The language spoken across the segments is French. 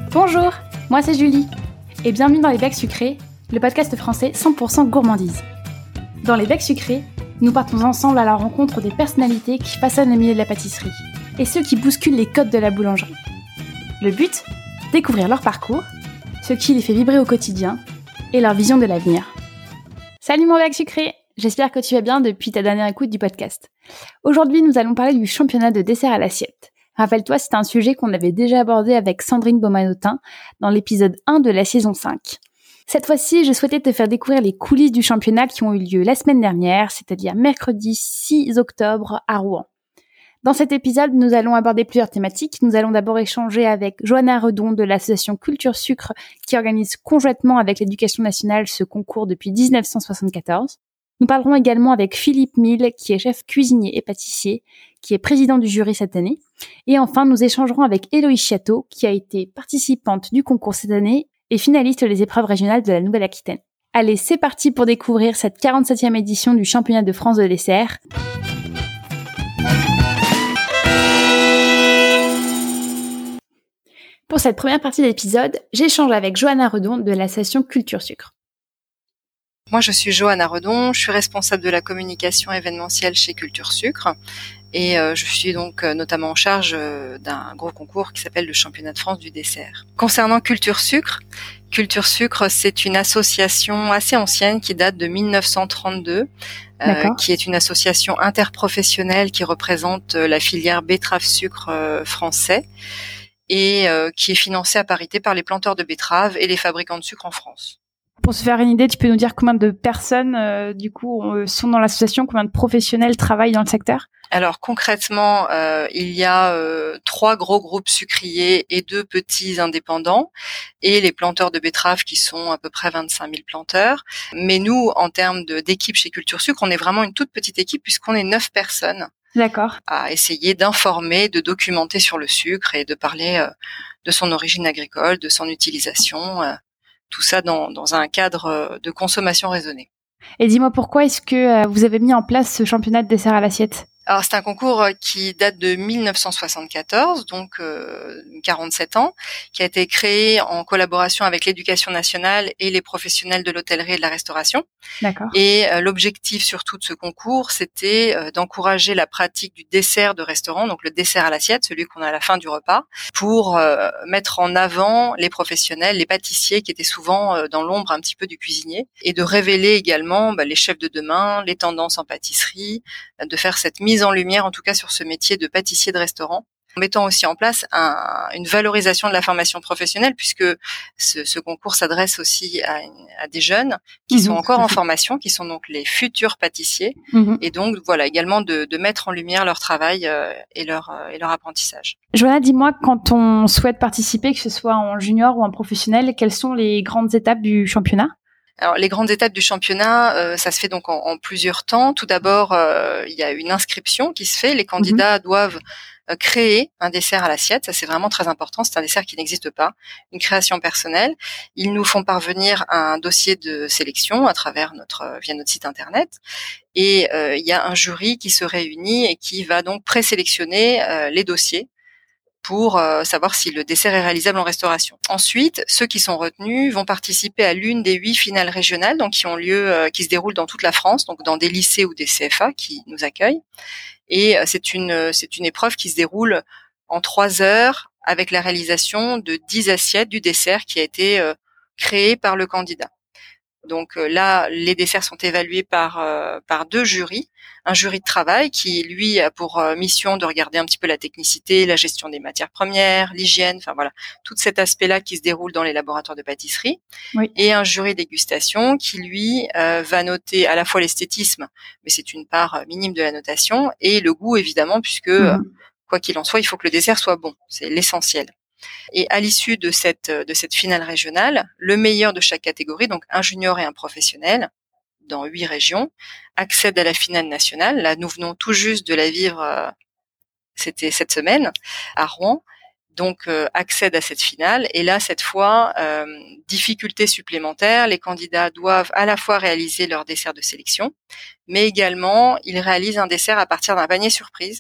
Bonjour, moi c'est Julie, et bienvenue dans Les Becs Sucrés, le podcast français 100% gourmandise. Dans Les Becs Sucrés, nous partons ensemble à la rencontre des personnalités qui façonnent le milieu de la pâtisserie, et ceux qui bousculent les codes de la boulangerie. Le but ? Découvrir leur parcours, ce qui les fait vibrer au quotidien, et leur vision de l'avenir. Salut mon bec sucré, j'espère que tu vas bien depuis ta dernière écoute du podcast. Aujourd'hui, nous allons parler du championnat de dessert à l'assiette. Rappelle-toi, c'est un sujet qu'on avait déjà abordé avec Sandrine Baumanotin dans l'épisode 1 de la saison 5. Cette fois-ci, je souhaitais te faire découvrir les coulisses du championnat qui ont eu lieu la semaine dernière, c'est-à-dire mercredi 6 octobre à Rouen. Dans cet épisode, nous allons aborder plusieurs thématiques. Nous allons d'abord échanger avec Johanna Redon de l'association Culture Sucre qui organise conjointement avec l'Éducation nationale ce concours depuis 1974. Nous parlerons également avec Philippe Mille, qui est chef cuisinier et pâtissier, qui est président du jury cette année. Et enfin, nous échangerons avec Héloïse Chiatto, qui a été participante du concours cette année et finaliste des épreuves régionales de la Nouvelle-Aquitaine. Allez, c'est parti pour découvrir cette 47e édition du championnat de France de dessert. Pour cette première partie de l'épisode, j'échange avec Johanna Redon de l'association Culture Sucre. Moi, je suis Johanna Redon, je suis responsable de la communication événementielle chez Culture Sucre et je suis donc notamment en charge d'un gros concours qui s'appelle le Championnat de France du dessert. Concernant Culture Sucre, c'est une association assez ancienne qui date de 1932, qui est une association interprofessionnelle qui représente la filière betterave-sucre français et qui est financée à parité par les planteurs de betteraves et les fabricants de sucre en France. Pour se faire une idée, tu peux nous dire combien de personnes, sont dans l'association, combien de professionnels travaillent dans le secteur ? Alors concrètement, il y a 3 gros groupes sucriers et 2 petits indépendants et les planteurs de betteraves qui sont à peu près 25 000 planteurs. Mais nous, en termes d'équipe chez Culture Sucre, on est vraiment une toute petite équipe puisqu'on est 9 personnes. D'accord. À essayer d'informer, de documenter sur le sucre et de parler de son origine agricole, de son utilisation, tout ça dans un cadre de consommation raisonnée. Et dis-moi pourquoi est-ce que vous avez mis en place ce championnat de dessert à l'assiette ? Alors c'est un concours qui date de 1974, donc 47 ans, qui a été créé en collaboration avec l'Éducation nationale et les professionnels de l'hôtellerie et de la restauration. D'accord. Et l'objectif surtout de ce concours, c'était d'encourager la pratique du dessert de restaurant, donc le dessert à l'assiette, celui qu'on a à la fin du repas, pour mettre en avant les professionnels, les pâtissiers qui étaient souvent dans l'ombre un petit peu du cuisinier, et de révéler également les chefs de demain, les tendances en pâtisserie, de faire cette mise en lumière, en tout cas sur ce métier de pâtissier de restaurant, en mettant aussi en place une valorisation de la formation professionnelle, puisque ce concours s'adresse aussi à des jeunes qui sont encore en formation, qui sont donc les futurs pâtissiers, et donc voilà également de mettre en lumière leur travail et leur apprentissage. Johanna, dis-moi, quand on souhaite participer, que ce soit en junior ou en professionnel, quelles sont les grandes étapes du championnat ? Alors, les grandes étapes du championnat, ça se fait donc en plusieurs temps. Tout d'abord, il y a une inscription qui se fait. Les candidats doivent créer un dessert à l'assiette. Ça, c'est vraiment très important. C'est un dessert qui n'existe pas, une création personnelle. Ils nous font parvenir un dossier de sélection via notre site internet. Et il y a un jury qui se réunit et qui va donc présélectionner les dossiers pour savoir si le dessert est réalisable en restauration. Ensuite, ceux qui sont retenus vont participer à l'une des 8 finales régionales, donc qui ont lieu, qui se déroulent dans toute la France, donc dans des lycées ou des CFA qui nous accueillent. Et c'est une épreuve qui se déroule en 3 heures avec la réalisation de 10 assiettes du dessert qui a été créé par le candidat. Donc là, les desserts sont évalués par 2 jurys. Un jury de travail qui, lui, a pour mission de regarder un petit peu la technicité, la gestion des matières premières, l'hygiène, enfin voilà, tout cet aspect-là qui se déroule dans les laboratoires de pâtisserie. Oui. Et un jury dégustation qui, lui, va noter à la fois l'esthétisme, mais c'est une part minime de la notation, et le goût, évidemment, puisque, quoi qu'il en soit, il faut que le dessert soit bon. C'est l'essentiel. Et à l'issue de cette finale régionale, le meilleur de chaque catégorie, donc un junior et un professionnel, dans 8 régions, accède à la finale nationale. Là, nous venons tout juste de la vivre, c'était cette semaine, à Rouen. Donc, accède à cette finale. Et là, cette fois, difficulté supplémentaire, les candidats doivent à la fois réaliser leur dessert de sélection, mais également, ils réalisent un dessert à partir d'un panier surprise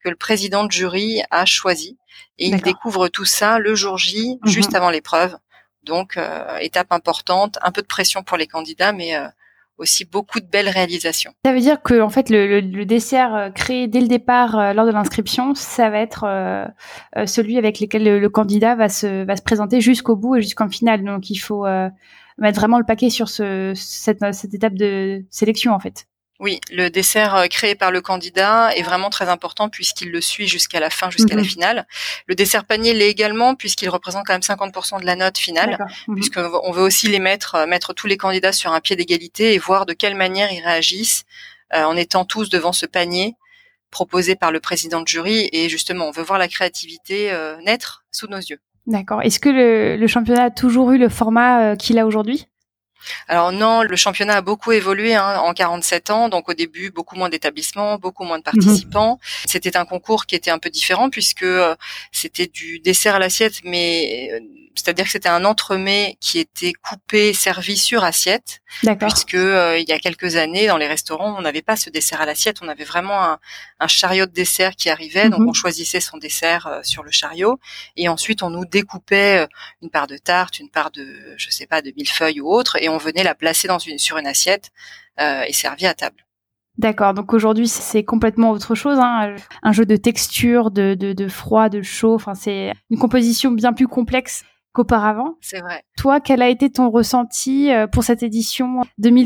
que le président de jury a choisi. Et il découvre tout ça le jour J, juste avant l'épreuve. Donc, étape importante, un peu de pression pour les candidats, mais aussi beaucoup de belles réalisations. Ça veut dire que en fait le dessert créé dès le départ lors de l'inscription, ça va être celui avec lequel le candidat va se présenter jusqu'au bout et jusqu'en finale. Donc il faut mettre vraiment le paquet sur cette étape de sélection en fait. Oui, le dessert créé par le candidat est vraiment très important puisqu'il le suit jusqu'à la fin, jusqu'à la finale. Le dessert panier l'est également puisqu'il représente quand même 50% de la note finale, puisqu'on veut aussi mettre tous les candidats sur un pied d'égalité et voir de quelle manière ils réagissent en étant tous devant ce panier proposé par le président de jury. Et justement, on veut voir la créativité naître sous nos yeux. D'accord. Est-ce que le championnat a toujours eu le format qu'il a aujourd'hui ? Alors non, le championnat a beaucoup évolué en 47 ans, donc au début beaucoup moins d'établissements, beaucoup moins de participants. C'était un concours qui était un peu différent puisque c'était du dessert à l'assiette, mais c'est-à-dire que c'était un entremets qui était coupé, servi sur assiette. D'accord. Puisque il y a quelques années dans les restaurants, on n'avait pas ce dessert à l'assiette, on avait vraiment un chariot de dessert qui arrivait, donc on choisissait son dessert sur le chariot et ensuite on nous découpait une part de tarte, une part de de millefeuille ou autre et on venait la placer sur une assiette et servie à table. D'accord, donc aujourd'hui c'est complètement autre chose, un jeu de texture, de froid, de chaud, enfin c'est une composition bien plus complexe qu'auparavant. C'est vrai. Toi, quel a été ton ressenti pour cette édition 2021 ?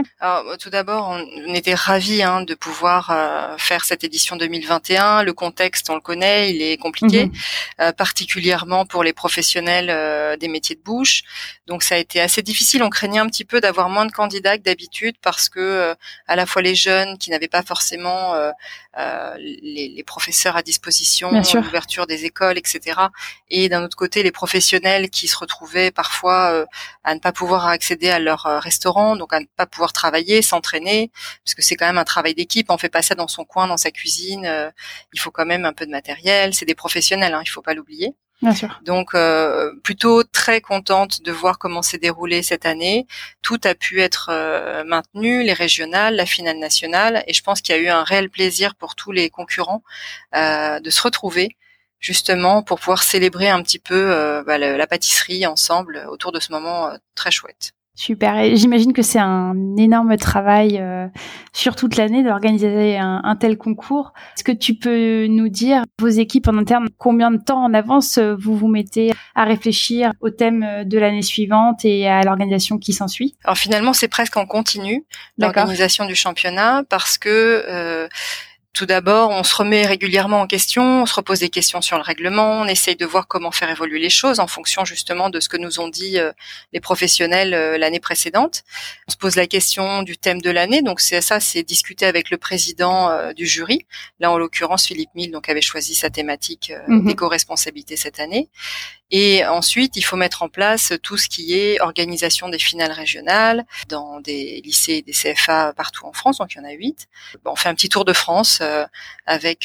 Alors, tout d'abord, on était ravis de pouvoir faire cette édition 2021. Le contexte, on le connaît, il est compliqué, particulièrement pour les professionnels des métiers de bouche. Donc, ça a été assez difficile. On craignait un petit peu d'avoir moins de candidats que d'habitude parce que à la fois les jeunes qui n'avaient pas forcément les professeurs à disposition, l'ouverture des écoles, etc. Et d'un autre côté, les professionnels qui se retrouvaient parfois à ne pas pouvoir accéder à leur restaurant, donc à ne pas pouvoir travailler, s'entraîner, parce que c'est quand même un travail d'équipe. On fait pas ça dans son coin, dans sa cuisine. Il faut quand même un peu de matériel. C'est des professionnels, il faut pas l'oublier. Bien sûr. Donc plutôt très contente de voir comment s'est déroulé cette année. Tout a pu être maintenu, les régionales, la finale nationale, et je pense qu'il y a eu un réel plaisir pour tous les concurrents de se retrouver justement pour pouvoir célébrer un petit peu la pâtisserie ensemble autour de ce moment très chouette. Super, et j'imagine que c'est un énorme travail sur toute l'année d'organiser un tel concours. Est-ce que tu peux nous dire, vos équipes en interne, combien de temps en avance vous vous mettez à réfléchir au thème de l'année suivante et à l'organisation qui s'ensuit ? Alors finalement, c'est presque en continu l'organisation du championnat parce que tout d'abord, on se remet régulièrement en question, on se repose des questions sur le règlement, on essaye de voir comment faire évoluer les choses en fonction justement de ce que nous ont dit les professionnels l'année précédente. On se pose la question du thème de l'année, donc c'est discuté avec le président du jury. Là, en l'occurrence, Philippe Mille donc avait choisi sa thématique d'éco-responsabilité cette année. Et ensuite, il faut mettre en place tout ce qui est organisation des finales régionales dans des lycées et des CFA partout en France, donc il y en a 8. On fait un petit tour de France avec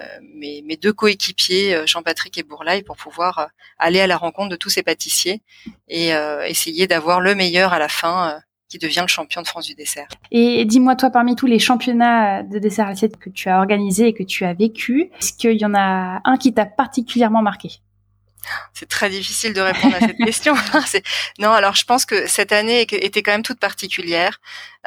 mes deux coéquipiers, Jean-Patrick et Bourlaille, pour pouvoir aller à la rencontre de tous ces pâtissiers et essayer d'avoir le meilleur à la fin qui devient le champion de France du dessert. Et dis-moi, toi, parmi tous les championnats de dessert à l'assiette que tu as organisés et que tu as vécu, est-ce qu'il y en a un qui t'a particulièrement marqué ? C'est très difficile de répondre à cette question. Non, alors je pense que cette année était quand même toute particulière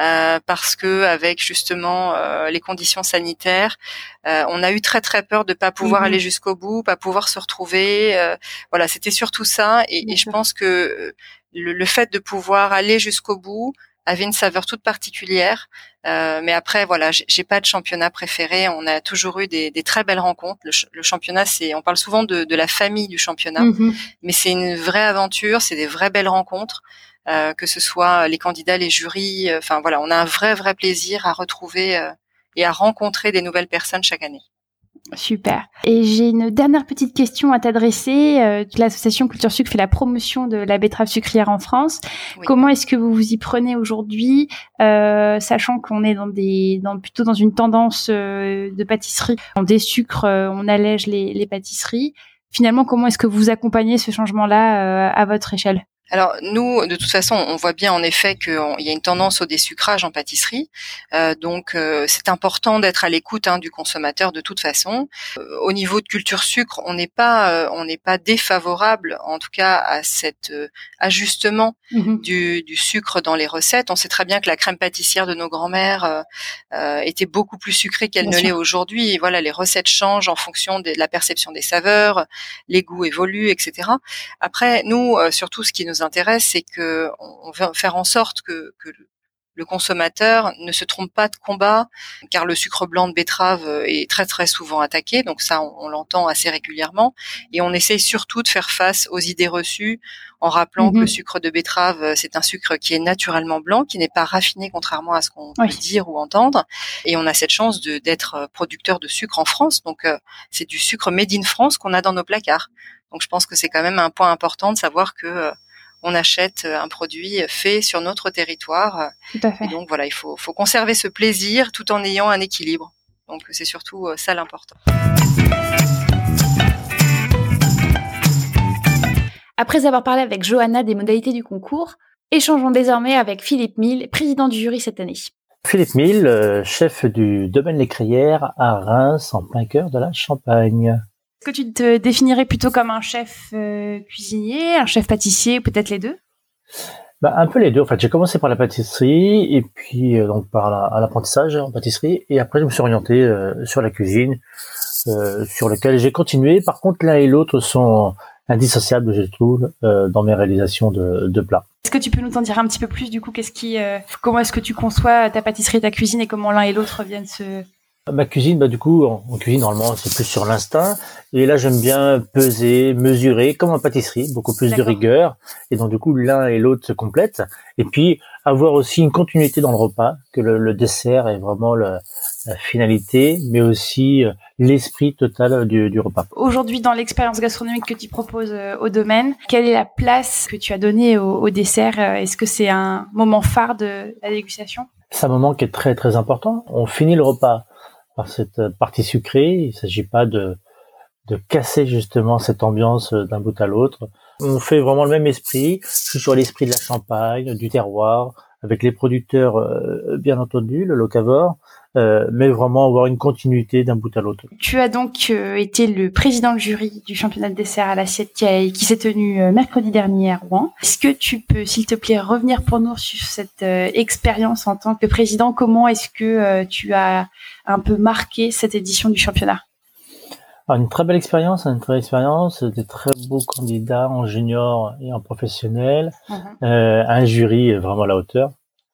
parce que avec justement les conditions sanitaires, on a eu très très peur de pas pouvoir aller jusqu'au bout, pas pouvoir se retrouver. Voilà, c'était surtout ça. Et je pense que le fait de pouvoir aller jusqu'au bout avait une saveur toute particulière. Mais après, voilà, j'ai pas de championnat préféré. On a toujours eu des très belles rencontres. Le championnat, on parle souvent de la famille du championnat, mais c'est une vraie aventure, c'est des vraies belles rencontres. Que ce soit les candidats, les jurys, enfin voilà, on a un vrai plaisir à retrouver et à rencontrer des nouvelles personnes chaque année. Super. Et j'ai une dernière petite question à t'adresser. L'association Culture Sucre fait la promotion de la betterave sucrière en France. Oui. Comment est-ce que vous vous y prenez aujourd'hui, sachant qu'on est plutôt dans une tendance de pâtisserie. On désucre, on allège les pâtisseries. Finalement, comment est-ce que vous accompagnez ce changement-là à votre échelle ? Alors nous, de toute façon, on voit bien en effet qu'il y a une tendance au désucrage en pâtisserie, donc c'est important d'être à l'écoute du consommateur de toute façon. Au niveau de culture sucre, on n'est pas défavorable, en tout cas à cet ajustement du sucre dans les recettes. On sait très bien que la crème pâtissière de nos grands-mères était beaucoup plus sucrée qu'elle ne l'est aujourd'hui. Et voilà, les recettes changent en fonction de la perception des saveurs, les goûts évoluent, etc. Après, nous, surtout, ce qui nous intéresse, c'est que on veut faire en sorte que le consommateur ne se trompe pas de combat, car le sucre blanc de betterave est très très souvent attaqué, donc ça on l'entend assez régulièrement, et on essaye surtout de faire face aux idées reçues en rappelant que le sucre de betterave c'est un sucre qui est naturellement blanc, qui n'est pas raffiné contrairement à ce qu'on peut dire ou entendre, et on a cette chance d'être producteur de sucre en France, donc c'est du sucre made in France qu'on a dans nos placards. Donc je pense que c'est quand même un point important de savoir que on achète un produit fait sur notre territoire. Tout à fait. Et donc voilà, il faut conserver ce plaisir tout en ayant un équilibre. Donc c'est surtout ça l'important. Après avoir parlé avec Johanna des modalités du concours, échangeons désormais avec Philippe Mille, président du jury cette année. Philippe Mille, chef du domaine Les Crayères à Reims, en plein cœur de la Champagne. Est-ce que tu te définirais plutôt comme un chef cuisinier, un chef pâtissier, peut-être les deux ? Un peu les deux. En fait, j'ai commencé par la pâtisserie et puis donc par l'apprentissage en pâtisserie, et après je me suis orienté sur la cuisine, sur lequel j'ai continué. Par contre, l'un et l'autre sont indissociables, je trouve, dans mes réalisations de plats. Est-ce que tu peux nous en dire un petit peu plus du coup ? Comment est-ce que tu conçois ta pâtisserie et ta cuisine, et comment l'un et l'autre viennent se... Ma cuisine, du coup, en cuisine, normalement, c'est plus sur l'instinct. Et là, j'aime bien peser, mesurer, comme en pâtisserie, beaucoup plus de rigueur. Et donc, du coup, l'un et l'autre se complètent. Et puis, avoir aussi une continuité dans le repas, que le dessert est vraiment la finalité, mais aussi l'esprit total du repas. Aujourd'hui, dans l'expérience gastronomique que tu proposes au domaine, quelle est la place que tu as donnée au dessert ? Est-ce que c'est un moment phare de la dégustation ? C'est un moment qui est très, très important. On finit le repas par cette partie sucrée. Il ne s'agit pas de casser justement cette ambiance d'un bout à l'autre. On fait vraiment le même esprit. Je suis sur l'esprit de la Champagne, du terroir, avec les producteurs bien entendu, le locavore, mais vraiment avoir une continuité d'un bout à l'autre. Tu as donc été le président de jury du championnat de dessert à l'assiette qui s'est tenu mercredi dernier à Rouen. Est-ce que tu peux, s'il te plaît, revenir pour nous sur cette expérience en tant que président ? Comment est-ce que tu as un peu marqué cette édition du championnat ? Alors, une très belle expérience, des très beaux candidats en junior et en professionnel, un jury vraiment à la hauteur,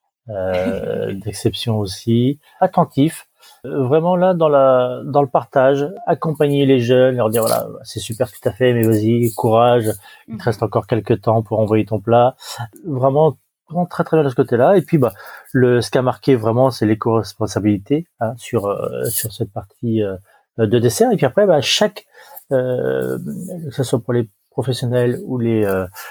d'exception aussi, attentif, vraiment là dans le partage, accompagner les jeunes, leur dire voilà, c'est super ce que tu as fait, mais vas-y, courage, il te reste encore quelques temps pour envoyer ton plat. Vraiment très très bien de ce côté-là. Et puis ce qui a marqué vraiment, c'est l'éco-responsabilité sur cette partie de dessert. Et puis après, chaque que ce soit pour les professionnels ou les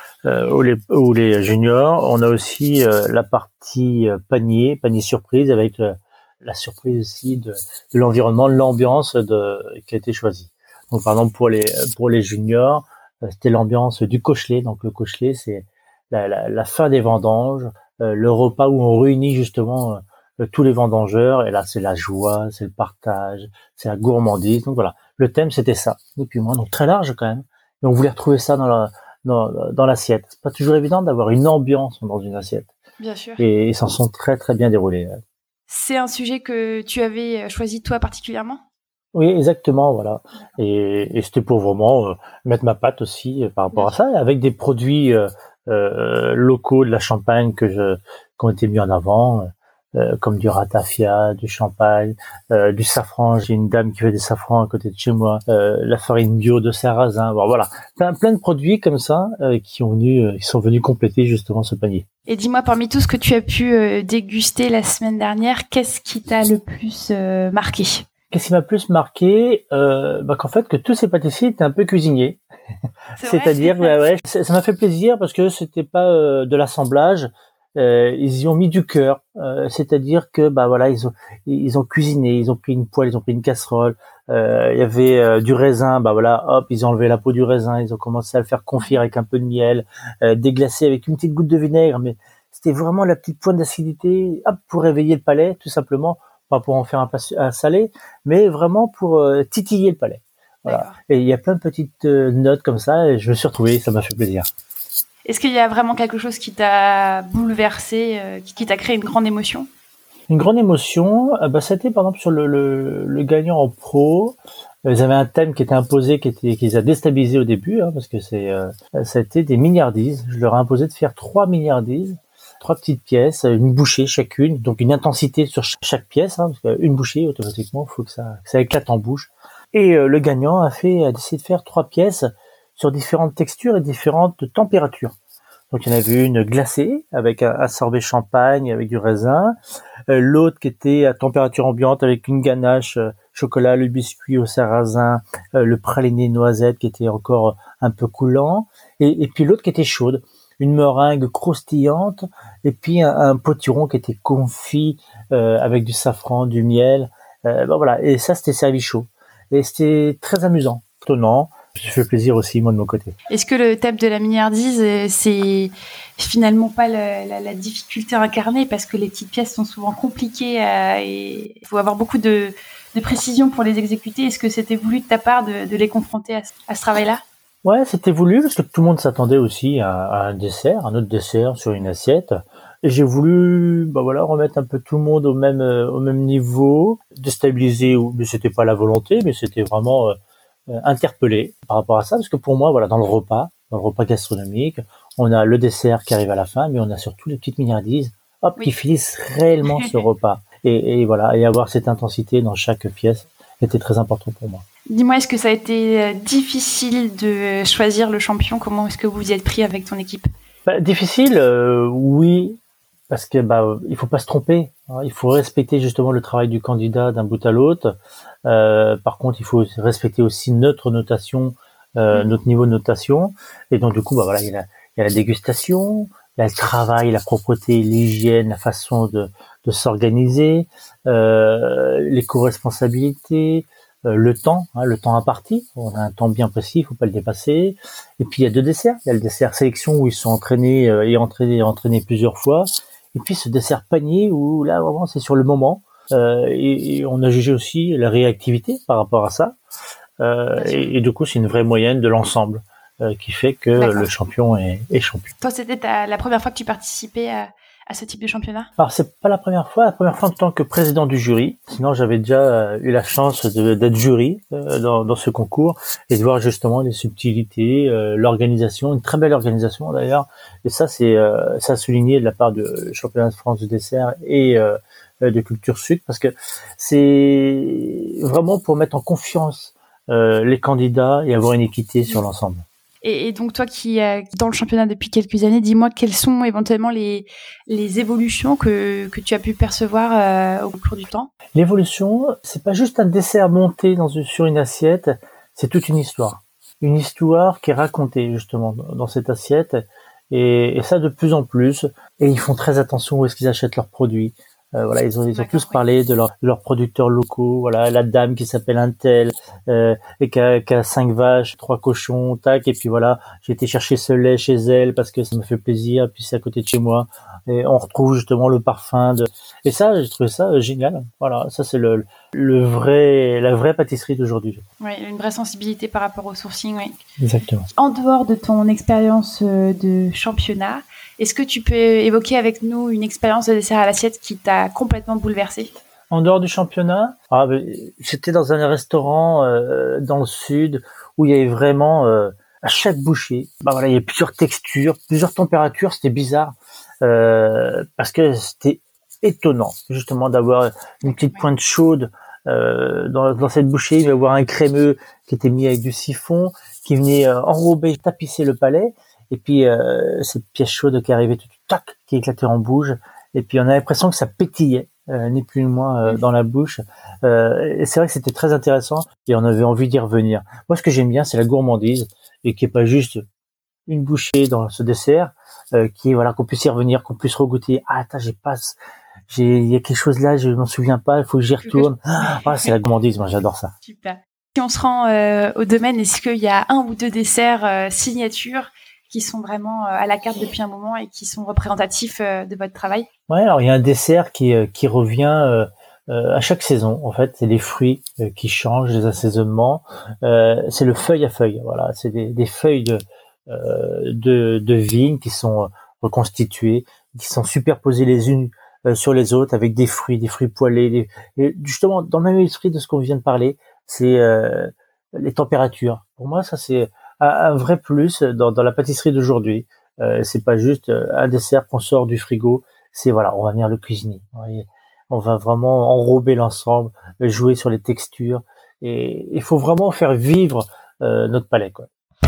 juniors, on a aussi la partie panier surprise, avec la surprise aussi de l'environnement, de l'ambiance qui a été choisie. Donc par exemple pour les juniors, c'était l'ambiance du Cochelet. Donc le Cochelet, c'est la fin des vendanges, le repas où on réunit justement tous les vendangeurs, et là c'est la joie, c'est le partage, c'est la gourmandise. Donc voilà, le thème c'était ça. Et puis moi, donc très large quand même, et on voulait retrouver ça dans l'assiette. C'est pas toujours évident d'avoir une ambiance dans une assiette. Bien sûr. Et ils s'en sont très très bien déroulés. C'est un sujet que tu avais choisi toi particulièrement ? Oui, exactement, voilà. Et c'était pour vraiment mettre ma patte aussi par rapport à ça, avec des produits locaux de la Champagne qui ont été mis en avant, comme du ratafia, du champagne, du safran. J'ai une dame qui fait des safrans à côté de chez moi, la farine bio de sarrasin. Bon, voilà, plein de produits comme ça qui sont venus compléter justement ce panier. Et dis-moi, parmi tout ce que tu as pu déguster la semaine dernière, qu'est-ce qui t'a le plus marqué ? Qu'est-ce qui m'a plus marqué, qu'en fait que tous ces pâtissiers étaient un peu cuisiniers. C'est-à-dire, ça m'a fait plaisir parce que c'était pas de l'assemblage, ils y ont mis du cœur, c'est-à-dire que bah voilà, ils ont cuisiné, ils ont pris une poêle, ils ont pris une casserole, il y avait du raisin, bah voilà, hop, ils ont enlevé la peau du raisin, ils ont commencé à le faire confire avec un peu de miel, déglacer avec une petite goutte de vinaigre, mais c'était vraiment la petite pointe d'acidité, hop, pour réveiller le palais, tout simplement, pas pour en faire un salé, mais vraiment pour titiller le palais. Voilà. D'accord. Et il y a plein de petites notes comme ça, et je me suis retrouvé, ça m'a fait plaisir. Est-ce qu'il y a vraiment quelque chose qui t'a bouleversé, qui t'a créé une grande émotion? Une grande émotion, bah, c'était par exemple sur le gagnant en pro. Ils avaient un thème qui était imposé, qui les a déstabilisés au début, hein, parce que ça a été des milliardises. Je leur ai imposé de faire 3 milliardises, 3 petites pièces, une bouchée chacune, donc une intensité sur chaque pièce, hein, parce qu'une bouchée, automatiquement, il faut que ça éclate en bouche. Et le gagnant a décidé de faire 3 pièces sur différentes textures et différentes températures. Donc il y en avait une glacée avec un sorbet champagne avec du raisin, l'autre qui était à température ambiante avec une ganache chocolat, le biscuit au sarrasin, le praliné noisette qui était encore un peu coulant, et puis l'autre qui était chaude, une meringue croustillante, et puis un potiron qui était confit avec du safran, du miel, ben voilà. Et ça c'était servi chaud, et c'était très amusant, étonnant. Je fais plaisir aussi, moi, de mon côté. Est-ce que le thème de la milliardise, c'est finalement pas la difficulté incarnée, parce que les petites pièces sont souvent compliquées et il faut avoir beaucoup de précision pour les exécuter. Est-ce que c'était voulu de ta part de les confronter à ce travail-là? Ouais, c'était voulu parce que tout le monde s'attendait aussi à un dessert, un autre dessert sur une assiette. Et j'ai voulu, bah voilà, remettre un peu tout le monde au même niveau, déstabiliser, mais c'était pas la volonté, mais c'était vraiment interpellé par rapport à ça, parce que pour moi, voilà, dans le repas gastronomique, on a le dessert qui arrive à la fin, mais on a surtout les petites milliardises, hop, Oui. qui finissent réellement ce repas. Et voilà, et avoir cette intensité dans chaque pièce était très important pour moi. Dis-moi, est-ce que ça a été difficile de choisir le champion? Comment est-ce que vous y êtes pris avec ton équipe? Bah, difficile, oui, parce que il faut pas se tromper, hein, il faut respecter justement le travail du candidat d'un bout à l'autre. Par contre, il faut respecter aussi notre notation, notre niveau de notation. Et donc du coup, bah voilà, il y a la dégustation, il y a le travail, la propreté, l'hygiène, la façon de s'organiser, l'éco-responsabilité, le temps imparti. On a un temps bien précis, il faut pas le dépasser. Et puis il y a 2 desserts. Il y a le dessert sélection où ils sont entraînés et entraînés plusieurs fois. Et puis ce dessert panier où là vraiment c'est sur le moment. Et on a jugé aussi la réactivité par rapport à ça. Et du coup c'est une vraie moyenne de l'ensemble qui fait que D'accord. le champion est champion. Toi, c'était la première fois que tu participais à ce type de championnat? Alors c'est pas la première fois en tant que président du jury. Sinon j'avais déjà eu la chance d'être jury dans ce concours et de voir justement les subtilités, l'organisation, une très belle organisation d'ailleurs. Et ça c'est ça a souligné de la part du championnat de France du dessert et de Culture Sud, parce que c'est vraiment pour mettre en confiance les candidats et avoir une équité sur l'ensemble. Et donc toi qui es dans le championnat depuis quelques années, dis-moi quelles sont éventuellement les évolutions que tu as pu percevoir au cours du temps? L'évolution, c'est pas juste un dessert monté sur une assiette, c'est toute une histoire. Une histoire qui est racontée justement dans cette assiette, et ça de plus en plus. Et ils font très attention où est-ce qu'ils achètent leurs produits. Voilà, ils ont tous parlé de leurs producteurs locaux. Voilà, la dame qui s'appelle un tel et qui a 5 vaches, 3 cochons, tac. Et puis voilà, j'ai été chercher ce lait chez elle parce que ça me fait plaisir. Puis c'est à côté de chez moi. Et on retrouve justement le parfum de. Et ça, j'ai trouvé ça génial. Voilà, ça c'est la vraie pâtisserie d'aujourd'hui. Oui, une vraie sensibilité par rapport au sourcing, oui. Exactement. En dehors de ton expérience de championnat, est-ce que tu peux évoquer avec nous une expérience de dessert à l'assiette qui t'a complètement bouleversé? En dehors du championnat, j'étais dans un restaurant dans le sud où il y avait vraiment à chaque bouchée, voilà, il y avait plusieurs textures, plusieurs températures, c'était bizarre parce que c'était étonnant justement d'avoir une petite pointe chaude dans cette bouchée. Il va y avoir un crémeux qui était mis avec du siphon, qui venait enrober, tapisser le palais, et puis cette pièce chaude qui arrivait tout tac, qui éclatait en bouche, et puis on a l'impression que ça pétillait. Ni plus ni moins dans la bouche. Et c'est vrai que c'était très intéressant et on avait envie d'y revenir. Moi, ce que j'aime bien, c'est la gourmandise et qui est pas juste une bouchée dans ce dessert, qui est voilà qu'on puisse y revenir, qu'on puisse regoûter. Ah, attends, il y a quelque chose là, je m'en souviens pas, il faut que j'y retourne. Ah, c'est la gourmandise, moi j'adore ça. Super. Si on se rend au domaine, est-ce qu'il y a un ou deux desserts signature qui sont vraiment à la carte depuis un moment et qui sont représentatifs de votre travail? Ouais, alors il y a un dessert qui revient à chaque saison. En fait, c'est les fruits qui changent, les assaisonnements. C'est le feuille à feuille. Voilà, c'est des feuilles de vigne qui sont reconstituées, qui sont superposées les unes sur les autres avec des fruits poêlés. Et justement, dans le même esprit de ce qu'on vient de parler, c'est les températures. Pour moi, ça c'est un vrai plus dans la pâtisserie d'aujourd'hui. C'est pas juste un dessert qu'on sort du frigo. C'est voilà, on va venir le cuisiner. On va vraiment enrober l'ensemble, jouer sur les textures. Et il faut vraiment faire vivre notre palais, quoi.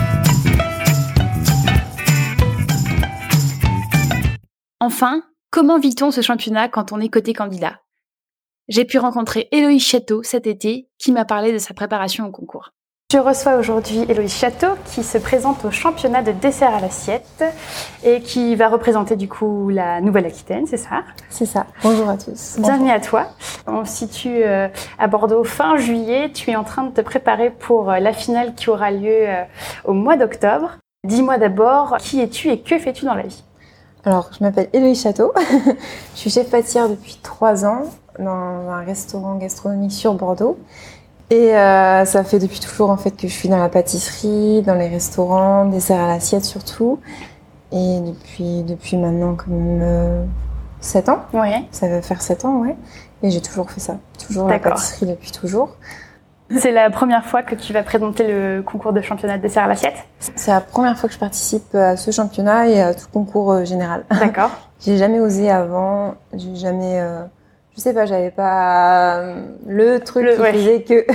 Enfin, comment vit-on ce championnat quand on est côté candidat? J'ai pu rencontrer Héloïse Château cet été, qui m'a parlé de sa préparation au concours. Je reçois aujourd'hui Héloïse Château, qui se présente au championnat de dessert à l'assiette et qui va représenter du coup la Nouvelle-Aquitaine, c'est ça? C'est ça. Bonjour à tous. Bienvenue à toi. On se situe à Bordeaux fin juillet. Tu es en train de te préparer pour la finale qui aura lieu au mois d'octobre. Dis-moi d'abord, qui es-tu et que fais-tu dans la vie? Alors, je m'appelle Héloïse Château. Je suis chef pâtissière depuis 3 ans dans un restaurant gastronomique sur Bordeaux. Et ça fait depuis toujours en fait que je suis dans la pâtisserie, dans les restaurants, dessert à l'assiette surtout. Et depuis maintenant quand même 7 ans. Ouais. Ça va faire 7 ans, ouais. Et j'ai toujours fait ça. Toujours la pâtisserie depuis toujours. C'est la première fois que tu vas présenter le concours de championnat de dessert à l'assiette? C'est la première fois que je participe à ce championnat et à tout concours général. D'accord. J'ai jamais osé avant, j'ai jamais... je sais pas, j'avais pas le truc qui faisait que...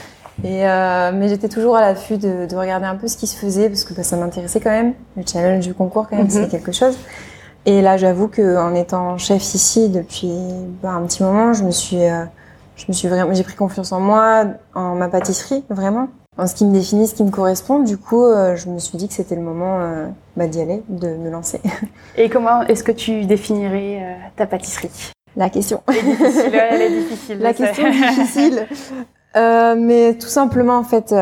mais j'étais toujours à l'affût de regarder un peu ce qui se faisait parce que ça m'intéressait quand même. Le challenge du concours quand même, c'est quelque chose. Et là, j'avoue qu'en étant chef ici depuis un petit moment, j'ai pris confiance en moi, en ma pâtisserie, vraiment. En ce qui me définit, ce qui me correspond. Du coup, je me suis dit que c'était le moment d'y aller, de me lancer. Et comment est-ce que tu définirais ta pâtisserie? La question. Elle est difficile. La question est difficile. Mais tout simplement, en fait,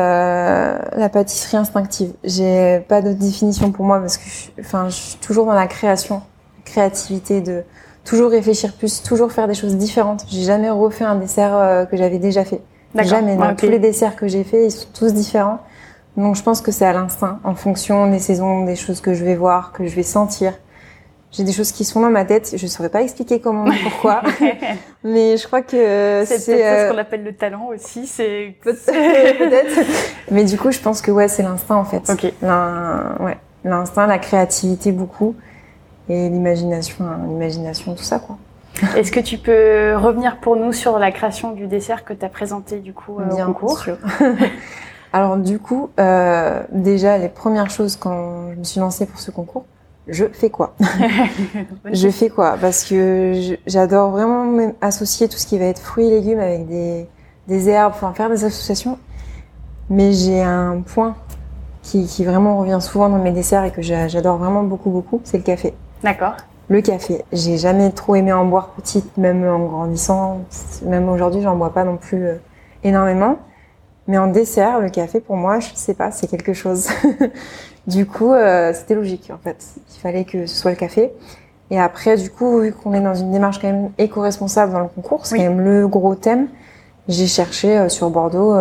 la pâtisserie instinctive. J'ai pas d'autre définition pour moi parce que je suis toujours dans la créativité de toujours réfléchir plus, toujours faire des choses différentes. J'ai jamais refait un dessert que j'avais déjà fait. D'accord. Jamais. Tous les desserts que j'ai faits, ils sont tous différents. Donc, je pense que c'est à l'instinct, en fonction des saisons, des choses que je vais voir, que je vais sentir. J'ai des choses qui sont dans ma tête. Je saurais pas expliquer comment, pourquoi. Mais je crois que c'est peut-être ce qu'on appelle le talent aussi. C'est peut-être. Mais du coup, je pense que c'est l'instinct en fait. Ok. L'instinct, la créativité beaucoup et l'imagination, tout ça quoi. Est-ce que tu peux revenir pour nous sur la création du dessert que tu as présenté du coup au concours? Bien sûr. Alors du coup, déjà les premières choses quand je me suis lancée pour ce concours, je fais quoi? Je fais quoi? Parce que j'adore vraiment associer tout ce qui va être fruits et légumes avec des herbes, enfin faire des associations. Mais j'ai un point qui vraiment revient souvent dans mes desserts et que j'adore vraiment beaucoup, c'est le café. D'accord. Le café. J'ai jamais trop aimé en boire petite, même en grandissant. Même aujourd'hui, j'en bois pas non plus énormément. Mais en dessert, le café, pour moi, je sais pas, c'est quelque chose. Du coup, c'était logique, en fait. Il fallait que ce soit le café. Et après, du coup, vu qu'on est dans une démarche quand même éco-responsable dans le concours, c'est quand même le gros thème, j'ai cherché sur Bordeaux,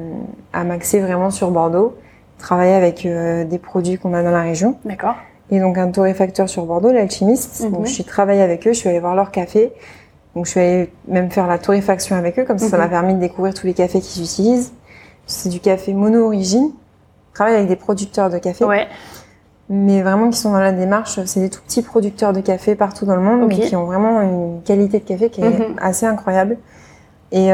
à m'axer vraiment sur Bordeaux, travailler avec des produits qu'on a dans la région. D'accord. Et donc, un torréfacteur sur Bordeaux, l'Alchimiste. Donc, je suis travaillée avec eux, je suis allée voir leur café. Donc, je suis allée même faire la torréfaction avec eux, comme ça m'a permis de découvrir tous les cafés qu'ils utilisent. C'est du café mono-origine. Je travaille avec des producteurs de café. Ouais. Mais vraiment qui sont dans la démarche, c'est des tout petits producteurs de café partout dans le monde, mais qui ont vraiment une qualité de café qui est assez incroyable. Et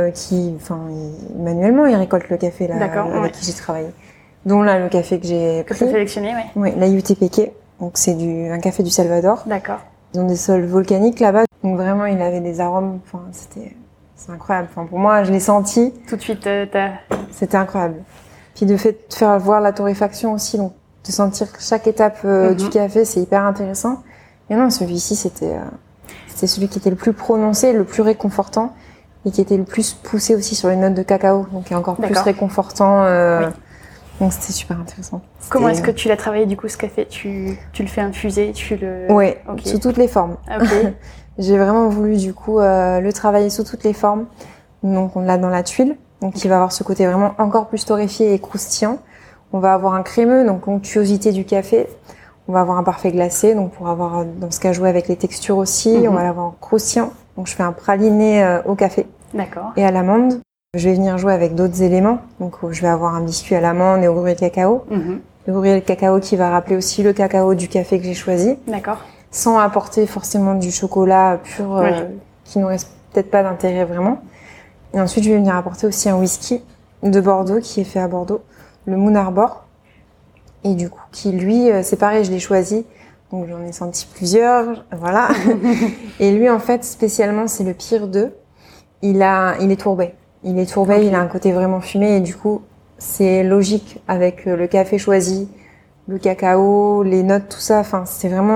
manuellement, ils récoltent le café avec qui j'ai travaillé. Dont là, le café que j'ai pris. Que tu as sélectionné, ouais. Oui, l'AUTPK. Donc, c'est un café du Salvador. D'accord. Ils ont des sols volcaniques là-bas. Donc, vraiment, il avait des arômes. Enfin, c'est incroyable. Enfin, pour moi, je l'ai senti. Tout de suite, C'était incroyable. Puis, de faire voir la torréfaction aussi. Donc, de sentir chaque étape du café, c'est hyper intéressant. Et non, celui-ci, c'était celui qui était le plus prononcé, le plus réconfortant et qui était le plus poussé aussi sur les notes de cacao, donc qui est encore plus réconfortant. Donc c'était super intéressant. Comment est-ce que tu l'as travaillé du coup ce café? Tu le fais infuser, Oui, sous toutes les formes. Okay. J'ai vraiment voulu du coup le travailler sous toutes les formes. Donc on l'a dans la tuile, donc il va avoir ce côté vraiment encore plus torréfié et croustillant. On va avoir un crémeux, donc l'onctuosité du café. On va avoir un parfait glacé, donc pour avoir dans ce cas joué avec les textures aussi. On va l'avoir croustillant. Donc je fais un praliné au café. D'accord. Et à l'amande. Je vais venir jouer avec d'autres éléments. Donc, je vais avoir un biscuit à l'amande et au gruyère de cacao. Le gruyère de cacao qui va rappeler aussi le cacao du café que j'ai choisi. D'accord. Sans apporter forcément du chocolat pur qui n'aurait peut-être pas d'intérêt vraiment. Et ensuite, je vais venir apporter aussi un whisky de Bordeaux qui est fait à Bordeaux, le Moon Arbor. Et du coup, qui lui, c'est pareil, je l'ai choisi. Donc, j'en ai senti plusieurs. Voilà. Et lui, en fait, spécialement, c'est le pire d'eux. Il est tourbé. Il est tourbé, il a un côté vraiment fumé et du coup, c'est logique avec le café choisi, le cacao, les notes, tout ça. Enfin,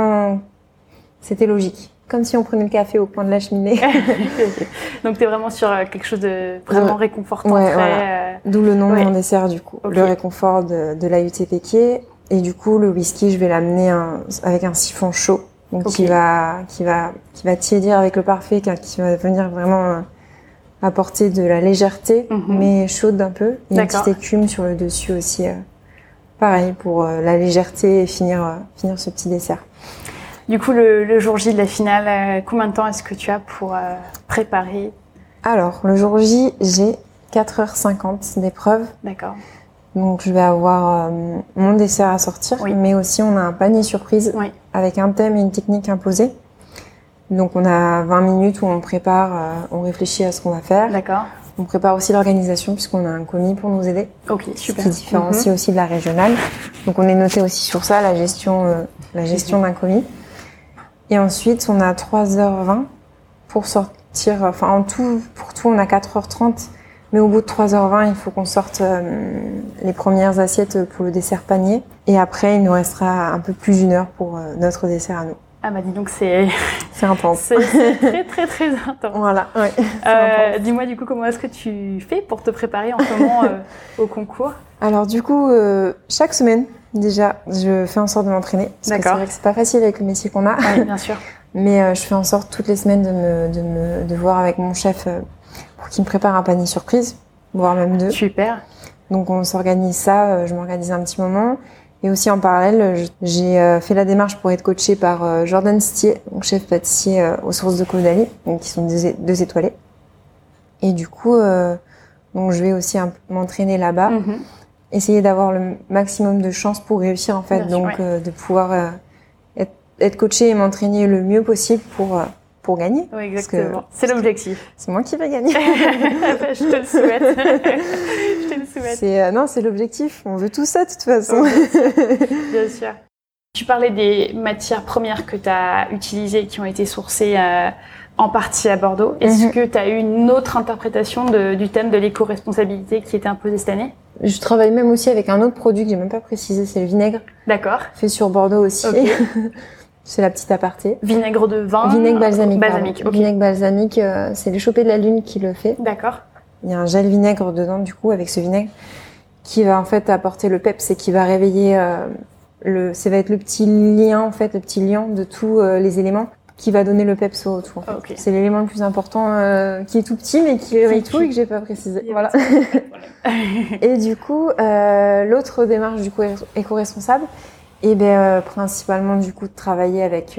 c'était logique. Comme si on prenait le café au coin de la cheminée. Donc, t'es vraiment sur quelque chose de vraiment réconfortant. Ouais, voilà. D'où le nom de mon dessert, du coup. Le réconfort de l'AUT Péquier. Et du coup, le whisky, je vais l'amener avec un siphon chaud. Donc, qui va tiédir avec le parfait, qui va venir vraiment apporter de la légèreté, mais chaude un peu. Et une petite écume sur le dessus aussi. Pareil, pour la légèreté et finir ce petit dessert. Du coup, le jour J de la finale, combien de temps est-ce que tu as pour préparer? Alors, le jour J, j'ai 4h50 d'épreuve. D'accord. Donc, je vais avoir mon dessert à sortir, mais aussi on a un panier surprise avec un thème et une technique imposée. Donc, on a 20 minutes où on prépare, on réfléchit à ce qu'on va faire. D'accord. On prépare aussi l'organisation puisqu'on a un commis pour nous aider. Ok, super. Ce qui différencie aussi de la régionale. Donc, on est noté aussi sur ça, la gestion d'un commis. Et ensuite, on a 3h20 pour sortir, enfin, pour tout, on a 4h30. Mais au bout de 3h20, il faut qu'on sorte les premières assiettes pour le dessert panier. Et après, il nous restera un peu plus d'1 heure pour notre dessert à nous. Ah bah dis donc, c'est intense. C'est très très très intense. Voilà, oui. Dis-moi du coup, comment est-ce que tu fais pour te préparer en ce moment au concours? Alors du coup, chaque semaine, déjà, je fais en sorte de m'entraîner. Parce que c'est vrai que c'est pas facile avec le métier qu'on a. Oui, bien sûr. Mais je fais en sorte toutes les semaines de voir avec mon chef pour qu'il me prépare un panier surprise, voire même 2. Super. Donc on s'organise ça, je m'organise un petit moment. Et aussi en parallèle, j'ai fait la démarche pour être coachée par Jordan Stier, donc chef pâtissier aux Sources de Caudalie, donc qui sont 2 étoilés. Et du coup, donc je vais aussi m'entraîner là-bas, essayer d'avoir le maximum de chances pour réussir en fait, donc de pouvoir être coachée et m'entraîner le mieux possible pour gagner. Oui, exactement. C'est l'objectif. C'est moi qui vais gagner. Je te le souhaite. Je te le souhaite. Non, c'est l'objectif. On veut tout ça de toute façon. Bien sûr. Tu parlais des matières premières que tu as utilisées, qui ont été sourcées en partie à Bordeaux. Est-ce que tu as eu une autre interprétation du thème de l'éco-responsabilité qui était imposé cette année? Je travaille même aussi avec un autre produit que j'ai même pas précisé, c'est le vinaigre. D'accord. Fait sur Bordeaux aussi. Okay. C'est la petite aparté. Vinaigre de vin. Vinaigre balsamique. Balsamique. Okay. Vinaigre balsamique, c'est l'échoppé de la lune qui le fait. D'accord. Il y a un gel vinaigre dedans, du coup, avec ce vinaigre, qui va en fait apporter le peps et qui va réveiller ça va être le petit lien, en fait, le petit liant de tous les éléments qui va donner le peps au tout. En fait. Okay. C'est l'élément le plus important qui est tout petit, mais qui réveille tout et que j'ai pas précisé. Voilà. Et du coup, l'autre démarche du coup éco-responsable, et principalement du coup de travailler avec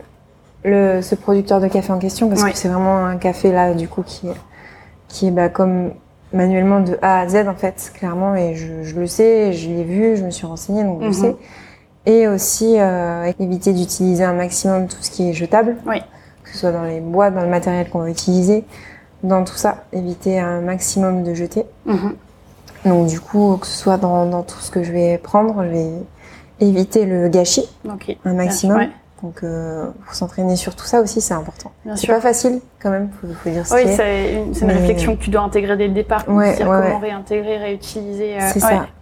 ce producteur de café en question parce que c'est vraiment un café là du coup qui est comme manuellement de A à Z en fait clairement, et je le sais, je l'ai vu, je me suis renseignée donc je le sais. Et aussi éviter d'utiliser un maximum tout ce qui est jetable, que ce soit dans les boîtes, dans le matériel qu'on va utiliser, dans tout ça, éviter un maximum de jeter. Donc du coup, que ce soit dans tout ce que je vais prendre, je vais éviter le gâchis un maximum. Donc pour s'entraîner sur tout ça aussi, c'est important. C'est pas facile quand même, faut dire ce qui est. C'est une réflexion que tu dois intégrer dès le départ, comment réintégrer, réutiliser. C'est ça.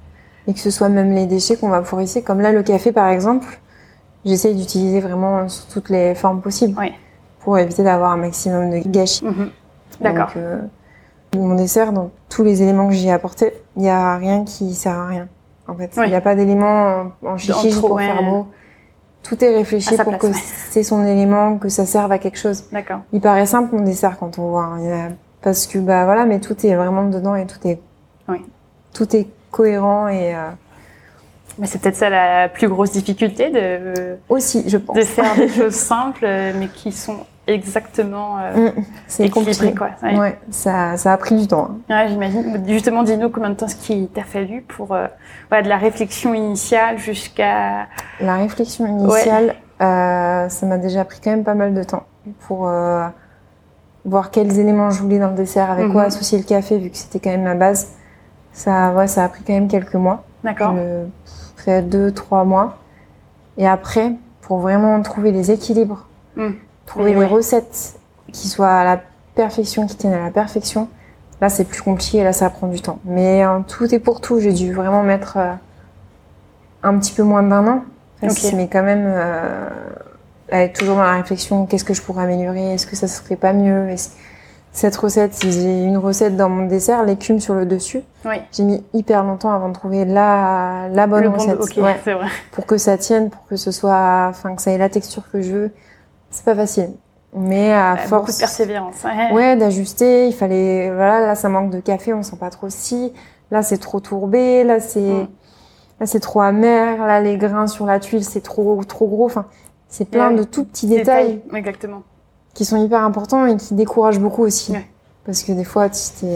Et que ce soit même les déchets qu'on va pouvoir essayer. Comme là, le café, par exemple, j'essaye d'utiliser vraiment sous toutes les formes possibles. Oui. Pour éviter d'avoir un maximum de gâchis. D'accord. Donc, mon dessert, dans tous les éléments que j'y ai apportés, il n'y a rien qui sert à rien. En fait, il n'y a pas d'élément en chichi pour faire beau. Tout est réfléchi pour que c'est son élément, que ça serve à quelque chose. D'accord. Il paraît simple mon dessert quand on voit. Parce que voilà, mais tout est vraiment dedans et tout est cohérent et. Mais c'est peut-être ça la plus grosse difficulté aussi, je pense. De faire des choses simples, mais qui sont exactement c'est compliqué. Quoi. Ouais, ça a pris du temps. Ouais, j'imagine. Justement, dis-nous combien de temps ce qu'il t'a fallu pour de la réflexion initiale jusqu'à. La réflexion initiale, ça m'a déjà pris quand même pas mal de temps pour voir quels éléments je voulais dans le dessert, avec quoi associer le café, vu que c'était quand même ma base. Ça a pris quand même quelques mois. D'accord. Fait 2-3 mois. Et après, pour vraiment trouver les équilibres, trouver les recettes qui soient à la perfection, qui tiennent à la perfection, là c'est plus compliqué, là ça prend du temps. Mais tout est pour tout, j'ai dû vraiment mettre un petit peu moins d'1 an. Mais quand même, être toujours dans la réflexion, qu'est-ce que je pourrais améliorer, est-ce que ça serait pas mieux, cette recette, j'ai une recette dans mon dessert, l'écume sur le dessus. Oui. J'ai mis hyper longtemps avant de trouver la bonne recette. C'est vrai. Pour que ça tienne, pour que ce soit, que ça ait la texture que je veux. C'est pas facile. Mais à force. Beaucoup de persévérance. Ouais, d'ajuster. Il fallait, là, ça manque de café, on sent pas trop si. Là, c'est trop tourbé. Là, c'est trop amer. Là, les grains sur la tuile, c'est trop gros. Enfin, c'est plein de tout petits détails. Exactement. Qui sont hyper importants et qui découragent beaucoup aussi. Ouais. Parce que des fois,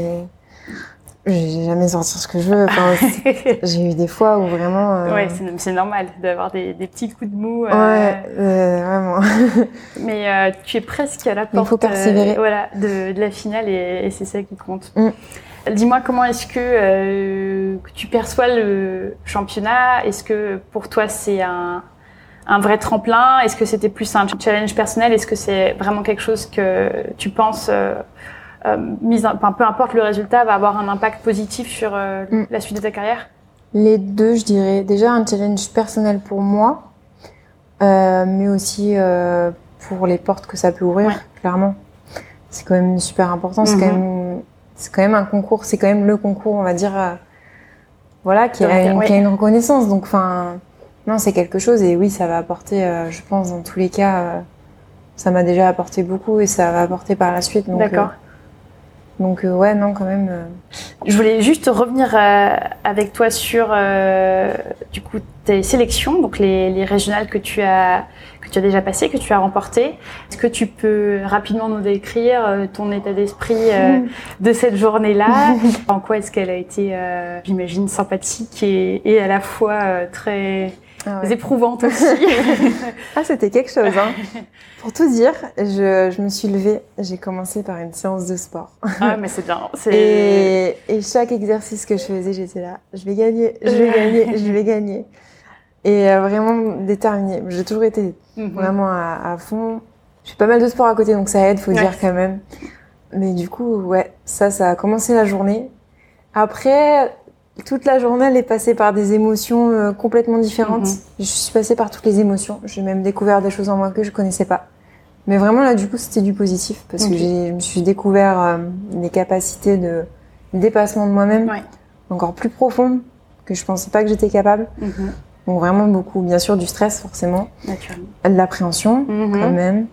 j'ai jamais sorti ce que je veux. J'ai eu des fois où vraiment... Ouais, c'est normal d'avoir des petits coups de mou. Vraiment. Mais tu es presque à la porte il faut persévérer. De la finale et c'est ça qui compte. Dis-moi, comment est-ce que tu perçois le championnat? Est-ce que pour toi, c'est un vrai tremplin? Est-ce que c'était plus un challenge personnel? Est-ce que c'est vraiment quelque chose que tu penses, peu importe le résultat, va avoir un impact positif sur la suite de ta carrière? Les deux, je dirais. Déjà un challenge personnel pour moi, mais aussi pour les portes que ça peut ouvrir, clairement. C'est quand même super important. C'est quand même un concours. C'est quand même le concours, on va dire, qui a une reconnaissance. Donc, non, c'est quelque chose et oui, ça va apporter, je pense, dans tous les cas, ça m'a déjà apporté beaucoup et ça va apporter par la suite. D'accord. Non, quand même. Je voulais juste revenir avec toi sur, du coup, tes sélections, donc les régionales que tu as déjà passées, que tu as remportées. Est-ce que tu peux rapidement nous décrire ton état d'esprit de cette journée-là? En quoi est-ce qu'elle a été, j'imagine, sympathique et à la fois très... éprouvante aussi. C'était quelque chose, hein. Pour tout dire, je me suis levée, j'ai commencé par une séance de sport. Mais c'est bien. Et chaque exercice que je faisais, j'étais là, je vais gagner. Et vraiment déterminée. J'ai toujours été vraiment à fond. Je fais pas mal de sport à côté, donc ça aide, faut dire quand même. Mais du coup, ça a commencé la journée. Après, toute la journée, elle est passée par des émotions complètement différentes. Je suis passée par toutes les émotions. J'ai même découvert des choses en moi que je connaissais pas. Mais vraiment, là, du coup, c'était du positif. Parce que je me suis découvert des capacités de dépassement de moi-même encore plus profondes que je pensais pas que j'étais capable. Donc vraiment beaucoup, bien sûr, du stress, forcément. Naturellement. De l'appréhension, quand même.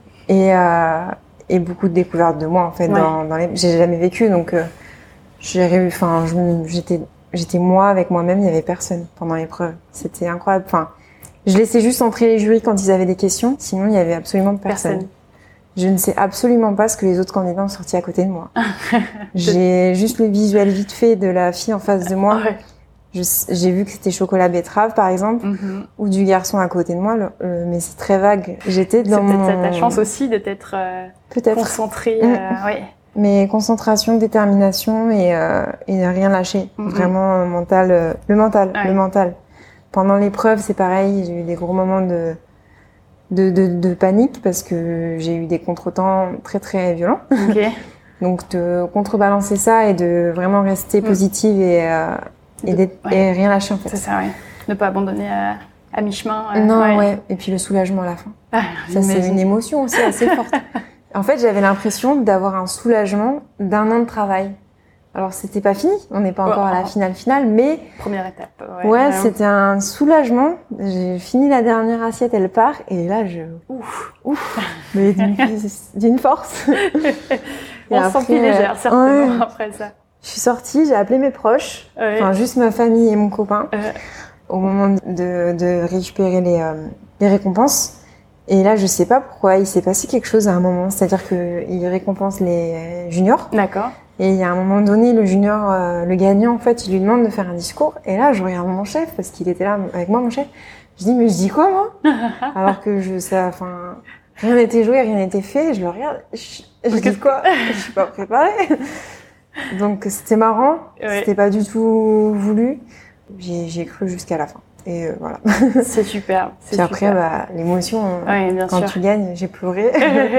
Et beaucoup de découvertes de moi, en fait. J'ai jamais vécu, donc j'étais moi avec moi-même, il n'y avait personne pendant l'épreuve. C'était incroyable. Je laissais juste entrer les jurys quand ils avaient des questions, sinon il n'y avait absolument personne. Je ne sais absolument pas ce que les autres candidats ont sorti à côté de moi. J'ai juste le visuel vite fait de la fille en face de moi. J'ai vu que c'était chocolat betterave, par exemple, ou du garçon à côté de moi, mais c'est très vague. J'étais dans mon... C'est peut-être ta chance aussi de t'être concentrée. Mais concentration, détermination et ne rien lâcher. Vraiment le mental. Pendant l'épreuve, c'est pareil, j'ai eu des gros moments de panique parce que j'ai eu des contretemps très très violents. Donc de contrebalancer ça et de vraiment rester positive et rien lâcher en fait. C'est ça, ouais. Ne pas abandonner à mi-chemin. Non, ouais. Et puis le soulagement à la fin. Ça, c'est une émotion aussi assez forte. En fait, j'avais l'impression d'avoir un soulagement d'1 an de travail. Alors, c'était pas fini, on n'est pas encore à la finale, mais... Première étape. Ouais, c'était un soulagement. J'ai fini la dernière assiette, elle part, et là, Ouf mais d'une force. On se sent plus légère, certainement, après ça. Je suis sortie, j'ai appelé mes proches, enfin, juste ma famille et mon copain, au moment de récupérer les récompenses. Et là, je sais pas pourquoi, il s'est passé quelque chose à un moment, c'est-à-dire qu'ils récompensent les juniors. D'accord. Et il y a un moment donné, le junior, le gagnant, en fait, il lui demande de faire un discours. Et là, je regarde mon chef, parce qu'il était là avec moi, mon chef. Je dis, mais je dis quoi, moi? Alors que rien n'était joué, rien n'était fait. Je le regarde. Je dis quoi? Je suis pas préparée. Donc, c'était marrant. C'était pas du tout voulu. J'ai cru jusqu'à la fin. Et voilà. C'est super. Puis après, l'émotion, quand tu gagnes, j'ai pleuré.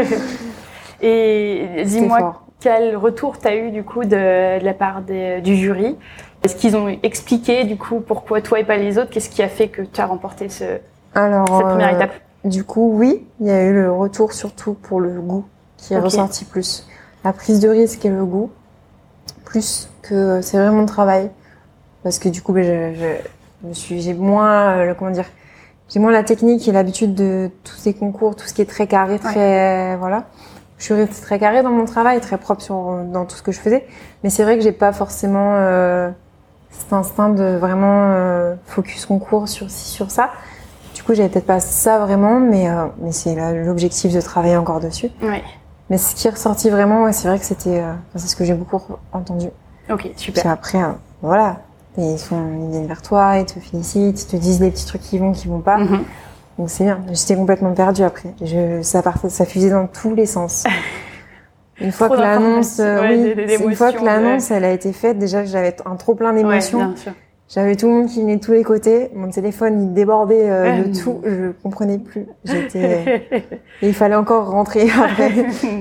Et dis-moi, quel retour t'as eu du coup de la part du jury? Est-ce qu'ils ont expliqué du coup pourquoi toi et pas les autres? Qu'est-ce qui a fait que tu as remporté cette première étape? Du coup, oui, il y a eu le retour surtout pour le goût qui est ressorti plus. La prise de risque et le goût, plus que c'est vraiment le travail. Parce que du coup, j'ai moins, j'ai moins la technique et l'habitude de tous ces concours, tout ce qui est très carré, voilà. Je suis restée très carrée dans mon travail, très propre dans tout ce que je faisais. Mais c'est vrai que j'ai pas forcément cet instinct de vraiment focus concours sur ci, sur ça. Du coup, j'avais peut-être pas ça vraiment, mais c'est l'objectif de travailler encore dessus. Oui. Mais ce qui est ressorti vraiment, c'est vrai que c'est ce que j'ai beaucoup entendu. Ok, super. Puis après, voilà. Ils viennent vers toi, ils te félicitent, ils te disent les petits trucs qui vont pas. Mm-hmm. Donc c'est bien. J'étais complètement perdue après. Ça fusait dans tous les sens. Une fois que l'annonce, une fois que l'annonce, elle a été faite, déjà j'avais un trop plein d'émotions. Bien sûr. J'avais tout le monde qui venait de tous les côtés. Mon téléphone, il débordait de tout. Je comprenais plus. Et il fallait encore rentrer après.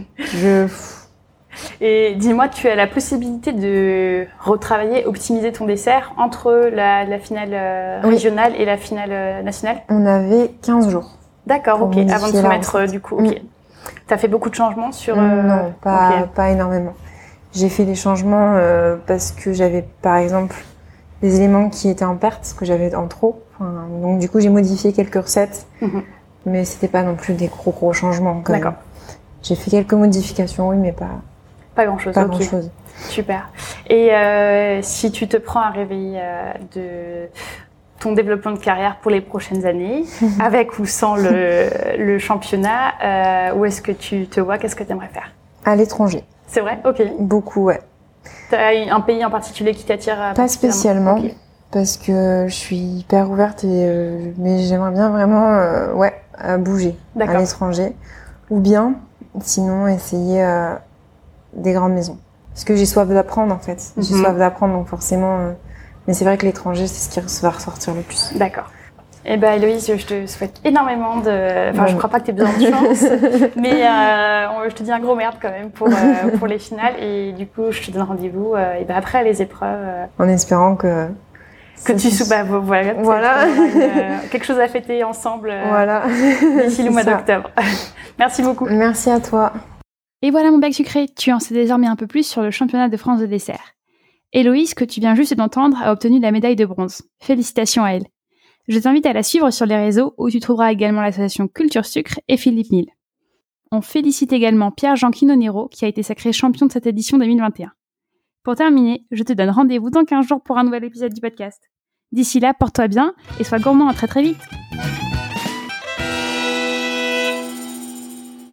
Et dis-moi, tu as la possibilité de retravailler, optimiser ton dessert entre la finale régionale et la finale nationale? On avait 15 jours. D'accord, ok, avant de se mettre du coup. Ok. T'as fait beaucoup de changements sur... Non, pas énormément. J'ai fait des changements parce que j'avais, par exemple, des éléments qui étaient en perte, que j'avais en trop. Donc du coup, j'ai modifié quelques recettes, mais c'était pas non plus des gros changements. D'accord. J'ai fait quelques modifications, oui, mais pas grand-chose. Pas grand-chose. Super. Et si tu te prends un réveil de ton développement de carrière pour les prochaines années, avec ou sans le championnat, où est-ce que tu te vois? Qu'est-ce que tu aimerais faire? À l'étranger. C'est vrai? Ok. Beaucoup, ouais. T'as un pays en particulier qui t'attire? Pas spécialement, parce que je suis hyper ouverte, mais j'aimerais bien vraiment bouger à l'étranger. Ou bien, sinon, essayer... des grandes maisons. Parce que j'ai soif d'apprendre, en fait. J'ai soif d'apprendre, donc forcément... Mais c'est vrai que l'étranger, c'est ce qui va ressortir le plus. D'accord. Eh ben, Héloïse, je te souhaite énormément de... Enfin, je crois pas que tu aies besoin de chance, mais je te dis un gros merde quand même pour les finales. Et du coup, je te donne rendez-vous après les épreuves. En espérant que tu voilà. Quelque chose à fêter ensemble d'ici le mois d'octobre. Merci beaucoup. Merci à toi. Et voilà mon bac sucré, tu en sais désormais un peu plus sur le championnat de France de dessert. Héloïse, que tu viens juste d'entendre, a obtenu la médaille de bronze. Félicitations à elle. Je t'invite à la suivre sur les réseaux où tu trouveras également l'association Culture Sucre et Philippe Mille. On félicite également Pierre-Jean Quinonero qui a été sacré champion de cette édition 2021. Pour terminer, je te donne rendez-vous dans 15 jours pour un nouvel épisode du podcast. D'ici là, porte-toi bien et sois gourmand à très très vite.